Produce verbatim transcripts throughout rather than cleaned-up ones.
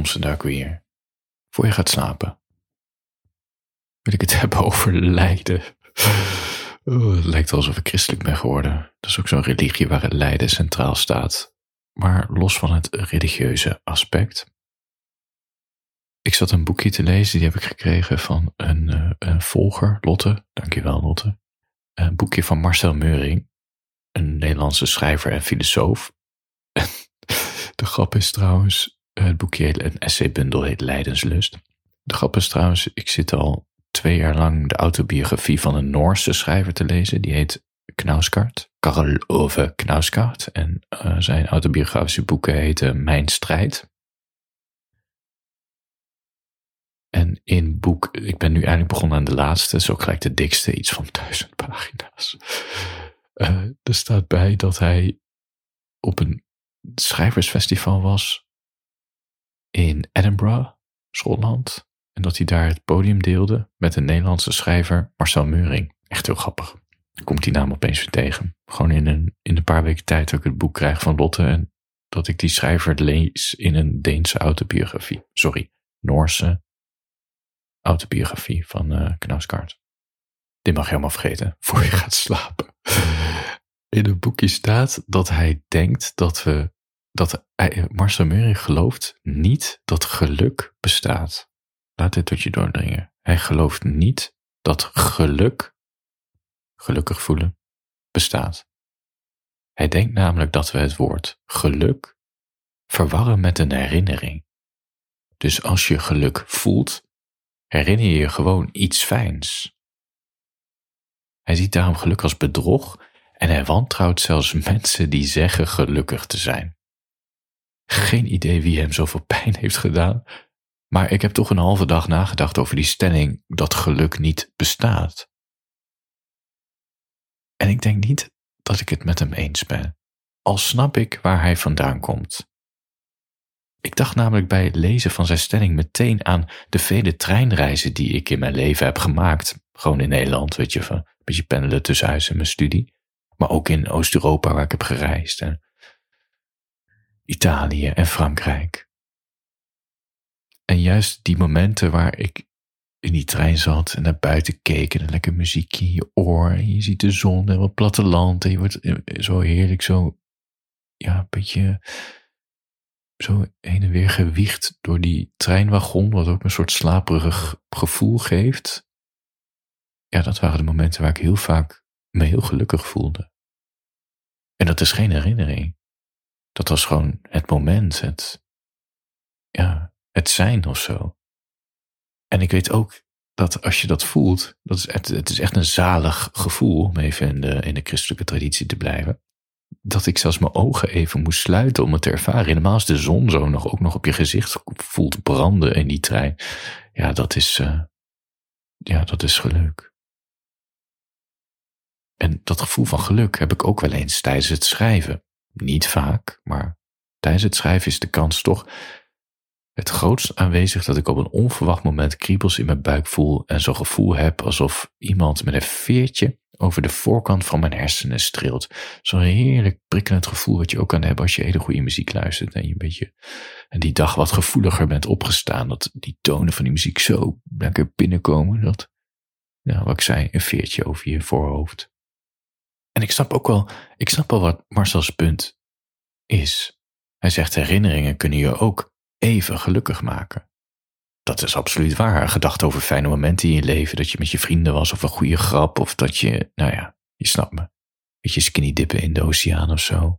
Thompson duiken we hier. Voor je gaat slapen wil ik het hebben over lijden. Oh, het lijkt alsof ik christelijk ben geworden. Dat is ook zo'n religie waar het lijden centraal staat. Maar los van het religieuze aspect. Ik zat een boekje te lezen, die heb ik gekregen van een, uh, een volger, Lotte. Dankjewel, Lotte. Een boekje van Marcel Meuring, een Nederlandse schrijver en filosoof. De grap is trouwens, het boekje, een essaybundel heet Lijdenslust. De grap is trouwens, ik zit al twee jaar lang de autobiografie van een Noorse schrijver te lezen. Die heet Knausgaard, Karl Ove Knausgaard. En uh, zijn autobiografische boeken heten Mijn Strijd. En in boek, ik ben nu eigenlijk begonnen aan de laatste, zo gelijk de dikste, iets van duizend pagina's. Uh, er staat bij dat hij op een schrijversfestival was in Edinburgh, Schotland. En dat hij daar het podium deelde met een Nederlandse schrijver, Marcel Meuring. Echt heel grappig. Dan komt die naam opeens weer tegen. Gewoon in een, in een paar weken tijd dat ik het boek krijg van Lotte en dat ik die schrijver lees in een Deense autobiografie. Sorry, Noorse autobiografie van uh, Knausgaard. Dit mag je helemaal vergeten, voor je gaat slapen. In het boekje staat dat hij denkt dat we, dat hij, Marcel Meuring gelooft niet dat geluk bestaat. Laat dit tot je doordringen. Hij gelooft niet dat geluk, gelukkig voelen, bestaat. Hij denkt namelijk dat we het woord geluk verwarren met een herinnering. Dus als je geluk voelt, herinner je je gewoon iets fijns. Hij ziet daarom geluk als bedrog en hij wantrouwt zelfs mensen die zeggen gelukkig te zijn. Geen idee wie hem zoveel pijn heeft gedaan, maar ik heb toch een halve dag nagedacht over die stelling dat geluk niet bestaat. En ik denk niet dat ik het met hem eens ben, al snap ik waar hij vandaan komt. Ik dacht namelijk bij het lezen van zijn stelling meteen aan de vele treinreizen die ik in mijn leven heb gemaakt. Gewoon in Nederland, weet je, van een beetje pendelen tussen huis en mijn studie. Maar ook in Oost-Europa waar ik heb gereisd. En Italië en Frankrijk. En juist die momenten waar ik in die trein zat en naar buiten keek en een lekker muziekje in je oor. En je ziet de zon en wat platteland en je wordt zo heerlijk zo, ja, een beetje zo heen en weer gewiegd door die treinwagon, wat ook een soort slaperig gevoel geeft. Ja, dat waren de momenten waar ik heel vaak me heel gelukkig voelde. En dat is geen herinnering. Dat was gewoon het moment, het, ja, het zijn of zo. En ik weet ook dat als je dat voelt, dat is het, het is echt een zalig gevoel, om even in de, in de christelijke traditie te blijven, dat ik zelfs mijn ogen even moest sluiten om het te ervaren. Helemaal als de zon zo nog, ook nog op je gezicht voelt branden in die trein. Ja, dat is, uh, ja, dat is geluk. En dat gevoel van geluk heb ik ook wel eens tijdens het schrijven. Niet vaak, maar tijdens het schrijven is de kans toch het grootst aanwezig dat ik op een onverwacht moment kriebels in mijn buik voel en zo'n gevoel heb alsof iemand met een veertje over de voorkant van mijn hersenen streelt. Zo'n heerlijk prikkelend gevoel wat je ook kan hebben als je hele goede muziek luistert en je een beetje en die dag wat gevoeliger bent opgestaan, dat die tonen van die muziek zo lekker binnenkomen, dat, ja, wat ik zei, een veertje over je voorhoofd. En ik snap ook wel, ik snap wel wat Marcel's punt is. Hij zegt herinneringen kunnen je ook even gelukkig maken. Dat is absoluut waar. Gedacht over fijne momenten in je leven, dat je met je vrienden was of een goede grap of dat je, nou ja, je snapt me, dat je skinny dippen in de oceaan of zo.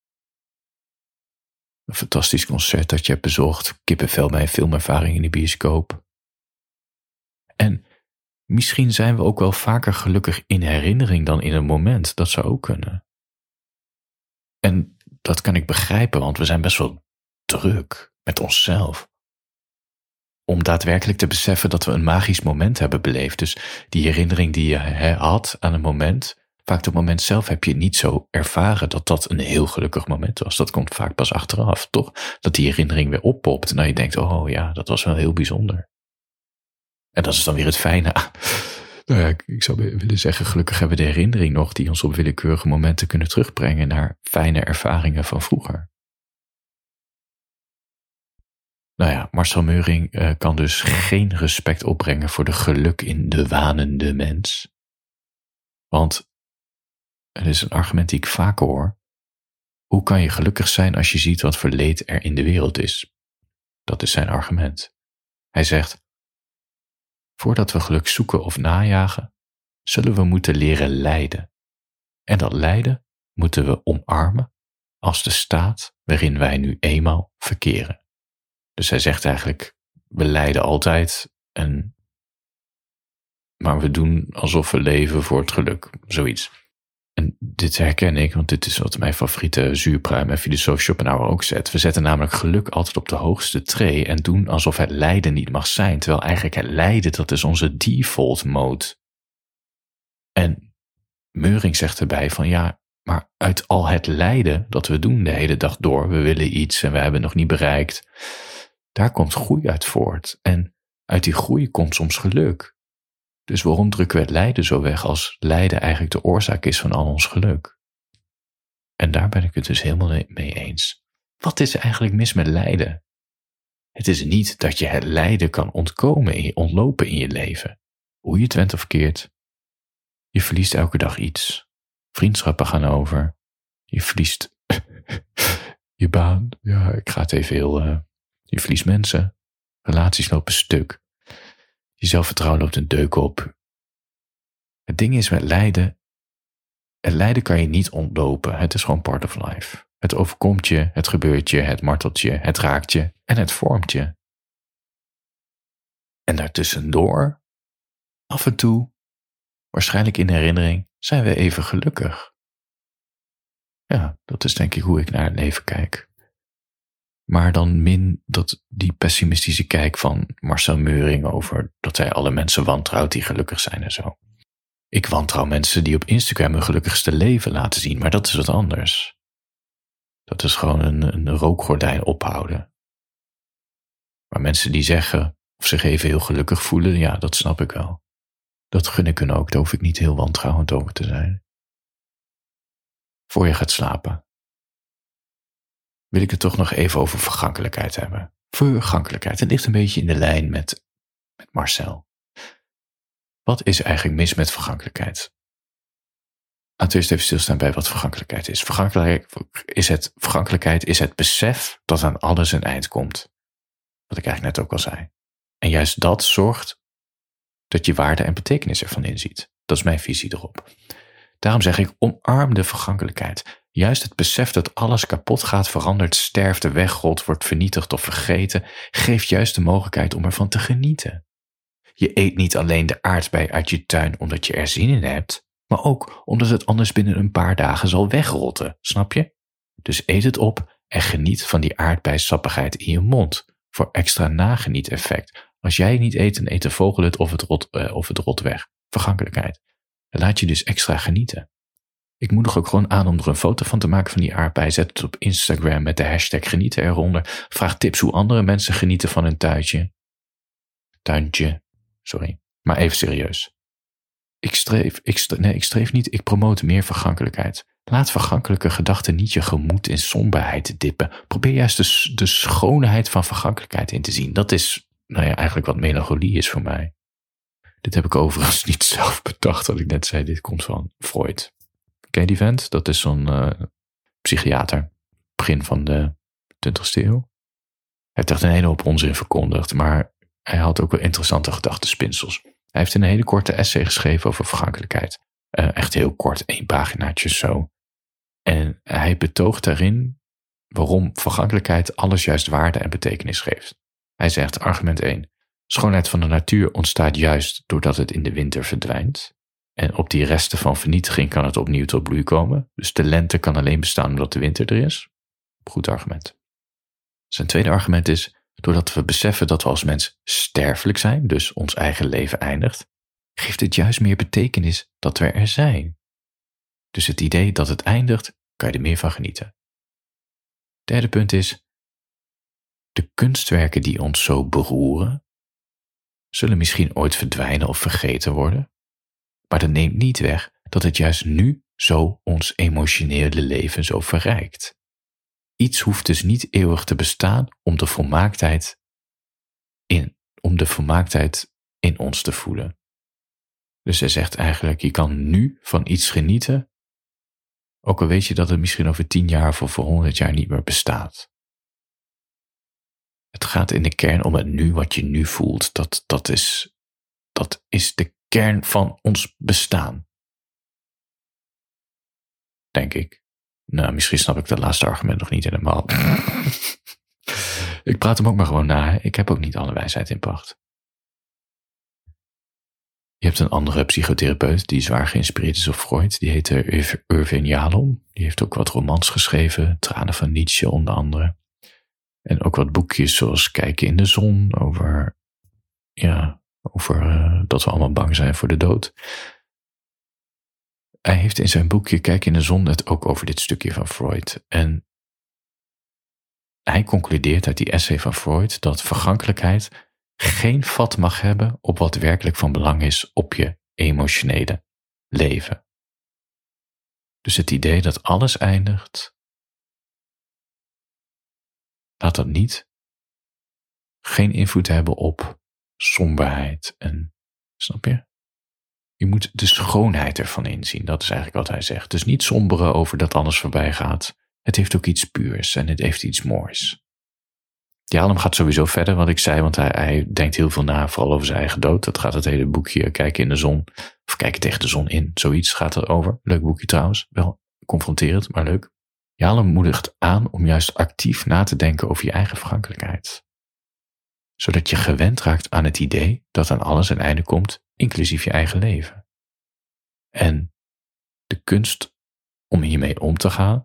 Een fantastisch concert dat je hebt bezocht, kippenvel bij een filmervaring in de bioscoop. En misschien zijn we ook wel vaker gelukkig in herinnering dan in een moment. Dat zou ook kunnen. En dat kan ik begrijpen, want we zijn best wel druk met onszelf. Om daadwerkelijk te beseffen dat we een magisch moment hebben beleefd. Dus die herinnering die je he, had aan een moment, vaak op het moment zelf heb je niet zo ervaren dat dat een heel gelukkig moment was. Dat komt vaak pas achteraf, toch? Dat die herinnering weer oppopt en dan je denkt, oh ja, dat was wel heel bijzonder. En dat is dan weer het fijne. Nou ja, ik zou willen zeggen, gelukkig hebben we de herinnering nog die ons op willekeurige momenten kunnen terugbrengen naar fijne ervaringen van vroeger. Nou ja, Marcel Meuring uh, kan dus geen respect opbrengen voor de geluk in de wanende mens. Want het is een argument die ik vaker hoor. Hoe kan je gelukkig zijn als je ziet wat voor leed er in de wereld is? Dat is zijn argument. Hij zegt, voordat we geluk zoeken of najagen, zullen we moeten leren lijden. En dat lijden moeten we omarmen als de staat waarin wij nu eenmaal verkeren. Dus hij zegt eigenlijk, we lijden altijd, en, maar we doen alsof we leven voor het geluk, zoiets. En dit herken ik, want dit is wat mijn favoriete zuurpruim en filosoof Schopenhauer ook zet. We zetten namelijk geluk altijd op de hoogste tree en doen alsof het lijden niet mag zijn, terwijl eigenlijk het lijden, dat is onze default mode. En Meuring zegt erbij van ja, maar uit al het lijden dat we doen de hele dag door, we willen iets en we hebben het nog niet bereikt, daar komt groei uit voort. En uit die groei komt soms geluk. Dus waarom drukken we het lijden zo weg als lijden eigenlijk de oorzaak is van al ons geluk? En daar ben ik het dus helemaal mee eens. Wat is er eigenlijk mis met lijden? Het is niet dat je het lijden kan ontkomen en ontlopen in je leven. Hoe je het went of keert. Je verliest elke dag iets. Vriendschappen gaan over. Je verliest je baan. Ja, ik ga het even heel... Uh, je verliest mensen. Relaties lopen stuk. Je zelfvertrouwen loopt een deuk op. Het ding is met lijden, het lijden kan je niet ontlopen. Het is gewoon part of life. Het overkomt je, het gebeurt je, het martelt je, het raakt je en het vormt je. En daartussendoor, af en toe, waarschijnlijk in herinnering, zijn we even gelukkig. Ja, dat is denk ik hoe ik naar het leven kijk. Maar dan min dat die pessimistische kijk van Marcel Meuring over dat hij alle mensen wantrouwt die gelukkig zijn en zo. Ik wantrouw mensen die op Instagram hun gelukkigste leven laten zien, maar dat is wat anders. Dat is gewoon een, een rookgordijn ophouden. Maar mensen die zeggen of zich even heel gelukkig voelen, ja, dat snap ik wel. Dat gun ik hun ook, daar hoef ik niet heel wantrouwend over te zijn. Voor je gaat slapen, wil ik het toch nog even over vergankelijkheid hebben. Vergankelijkheid, het ligt een beetje in de lijn met, met Marcel. Wat is er eigenlijk mis met vergankelijkheid? Laten we eerst even stilstaan bij wat vergankelijkheid is. Vergankelijkheid is het, vergankelijkheid is het besef dat aan alles een eind komt. Wat ik eigenlijk net ook al zei. En juist dat zorgt dat je waarde en betekenis ervan inziet. Dat is mijn visie erop. Daarom zeg ik, omarm de vergankelijkheid. Juist het besef dat alles kapot gaat, verandert, sterft, wegrolt, wordt vernietigd of vergeten, geeft juist de mogelijkheid om ervan te genieten. Je eet niet alleen de aardbei uit je tuin omdat je er zin in hebt, maar ook omdat het anders binnen een paar dagen zal wegrotten, snap je? Dus eet het op en geniet van die aardbeisappigheid in je mond, voor extra nageniet-effect. Als jij niet eet, dan eet de vogel het of het rot, uh, of het rot weg. Vergankelijkheid. Dan laat je dus extra genieten. Ik moedig ook gewoon aan om er een foto van te maken van die aardbei. Zet het op Instagram met de hashtag genieten eronder. Vraag tips hoe andere mensen genieten van hun tuintje. Tuintje, sorry. Maar even serieus. Ik streef, ik streef, nee, ik streef niet, ik promote meer vergankelijkheid. Laat vergankelijke gedachten niet je gemoed in somberheid dippen. Probeer juist de, de schoonheid van vergankelijkheid in te zien. Dat is, nou ja, eigenlijk wat melancholie is voor mij. Dit heb ik overigens niet zelf bedacht, wat ik net zei. Dit komt van Freud. Ken je die vent? Dat is zo'n uh, psychiater. Begin van de twintigste eeuw. Hij heeft echt een hele hoop onzin verkondigd, maar hij had ook wel interessante gedachtenspinsels. Hij heeft een hele korte essay geschreven over vergankelijkheid. Uh, echt heel kort, één paginaatje zo. En hij betoogt daarin waarom vergankelijkheid alles juist waarde en betekenis geeft. Hij zegt, argument één. Schoonheid van de natuur ontstaat juist doordat het in de winter verdwijnt. En op die resten van vernietiging kan het opnieuw tot bloei komen. Dus de lente kan alleen bestaan omdat de winter er is. Goed argument. Zijn tweede argument is, doordat we beseffen dat we als mens sterfelijk zijn, dus ons eigen leven eindigt, geeft het juist meer betekenis dat we er zijn. Dus het idee dat het eindigt, kan je er meer van genieten. Derde punt is, de kunstwerken die ons zo beroeren, zullen misschien ooit verdwijnen of vergeten worden, maar dat neemt niet weg dat het juist nu zo ons emotionele leven zo verrijkt. Iets hoeft dus niet eeuwig te bestaan om de volmaaktheid in, om de volmaaktheid in ons te voelen. Dus hij zegt eigenlijk, je kan nu van iets genieten, ook al weet je dat het misschien over tien jaar of over honderd jaar niet meer bestaat. Het gaat in de kern om het nu, wat je nu voelt. Dat, dat, is, dat is de kern van ons bestaan. Denk ik. Nou, misschien snap ik dat laatste argument nog niet helemaal. Ik praat hem ook maar gewoon na. Ik heb ook niet alle wijsheid in pacht. Je hebt een andere psychotherapeut die zwaar geïnspireerd is op Freud. Die heet Irvin Yalom. Die heeft ook wat romans geschreven. Tranen van Nietzsche onder andere. En ook wat boekjes zoals Kijken in de zon. Over, ja, over uh, dat we allemaal bang zijn voor de dood. Hij heeft in zijn boekje Kijken in de zon het ook over dit stukje van Freud. En hij concludeert uit die essay van Freud dat vergankelijkheid geen vat mag hebben op wat werkelijk van belang is op je emotionele leven. Dus het idee dat alles eindigt, laat dat niet geen invloed hebben op somberheid en, snap je? Je moet de schoonheid ervan inzien, dat is eigenlijk wat hij zegt. Dus niet somberen over dat alles voorbij gaat. Het heeft ook iets puurs en het heeft iets moois. Yalom gaat sowieso verder, wat ik zei, want hij, hij denkt heel veel na, vooral over zijn eigen dood. Dat gaat het hele boekje Kijken in de zon, of Kijken tegen de zon in, zoiets gaat er over. Leuk boekje trouwens, wel confronterend, maar leuk. Yalom moedigt aan om juist actief na te denken over je eigen vergankelijkheid. Zodat je gewend raakt aan het idee dat aan alles een einde komt, inclusief je eigen leven. En de kunst om hiermee om te gaan,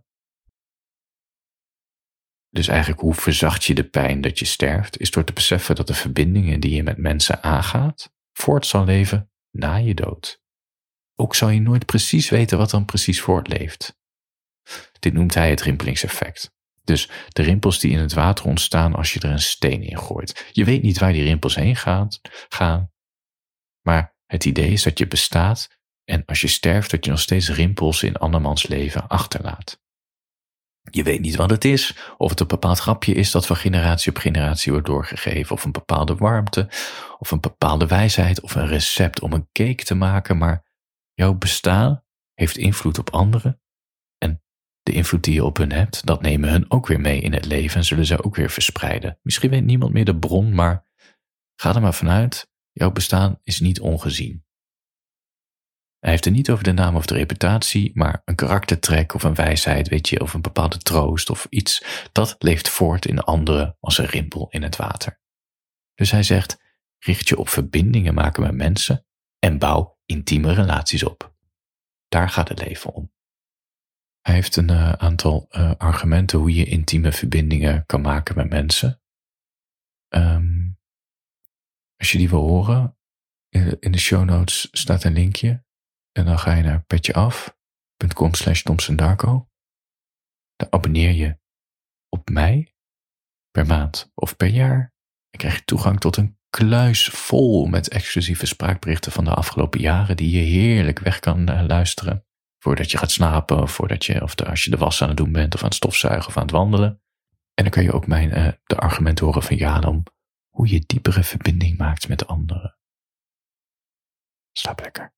dus eigenlijk hoe verzacht je de pijn dat je sterft, is door te beseffen dat de verbindingen die je met mensen aangaat, voort zal leven na je dood. Ook zal je nooit precies weten wat dan precies voortleeft. Dit noemt hij het rimpelingseffect. Dus de rimpels die in het water ontstaan als je er een steen in gooit. Je weet niet waar die rimpels heen gaat, gaan, maar het idee is dat je bestaat en als je sterft dat je nog steeds rimpels in andermans leven achterlaat. Je weet niet wat het is, of het een bepaald grapje is dat van generatie op generatie wordt doorgegeven, of een bepaalde warmte, of een bepaalde wijsheid, of een recept om een cake te maken, maar jouw bestaan heeft invloed op anderen en de invloed die je op hun hebt, dat nemen hun ook weer mee in het leven en zullen ze ook weer verspreiden. Misschien weet niemand meer de bron, maar ga er maar vanuit, jouw bestaan is niet ongezien. Hij heeft het niet over de naam of de reputatie, maar een karaktertrek of een wijsheid, weet je, of een bepaalde troost of iets, dat leeft voort in anderen als een rimpel in het water. Dus hij zegt, richt je op verbindingen maken met mensen en bouw intieme relaties op. Daar gaat het leven om. Hij heeft een uh, aantal uh, argumenten hoe je intieme verbindingen kan maken met mensen. Um, als je die wil horen, in de show notes staat een linkje. En dan ga je naar petjeaf.com slash Thompson-Darko. Dan abonneer je op mij per maand of per jaar. Dan krijg je toegang tot een kluis vol met exclusieve spraakberichten van de afgelopen jaren die je heerlijk weg kan uh, luisteren. Voordat je gaat slapen, of, voordat je, of de, als je de was aan het doen bent, of aan het stofzuigen of aan het wandelen. En dan kan je ook mijn, uh, de argumenten horen van Yalom, hoe je diepere verbinding maakt met anderen. Slaap lekker.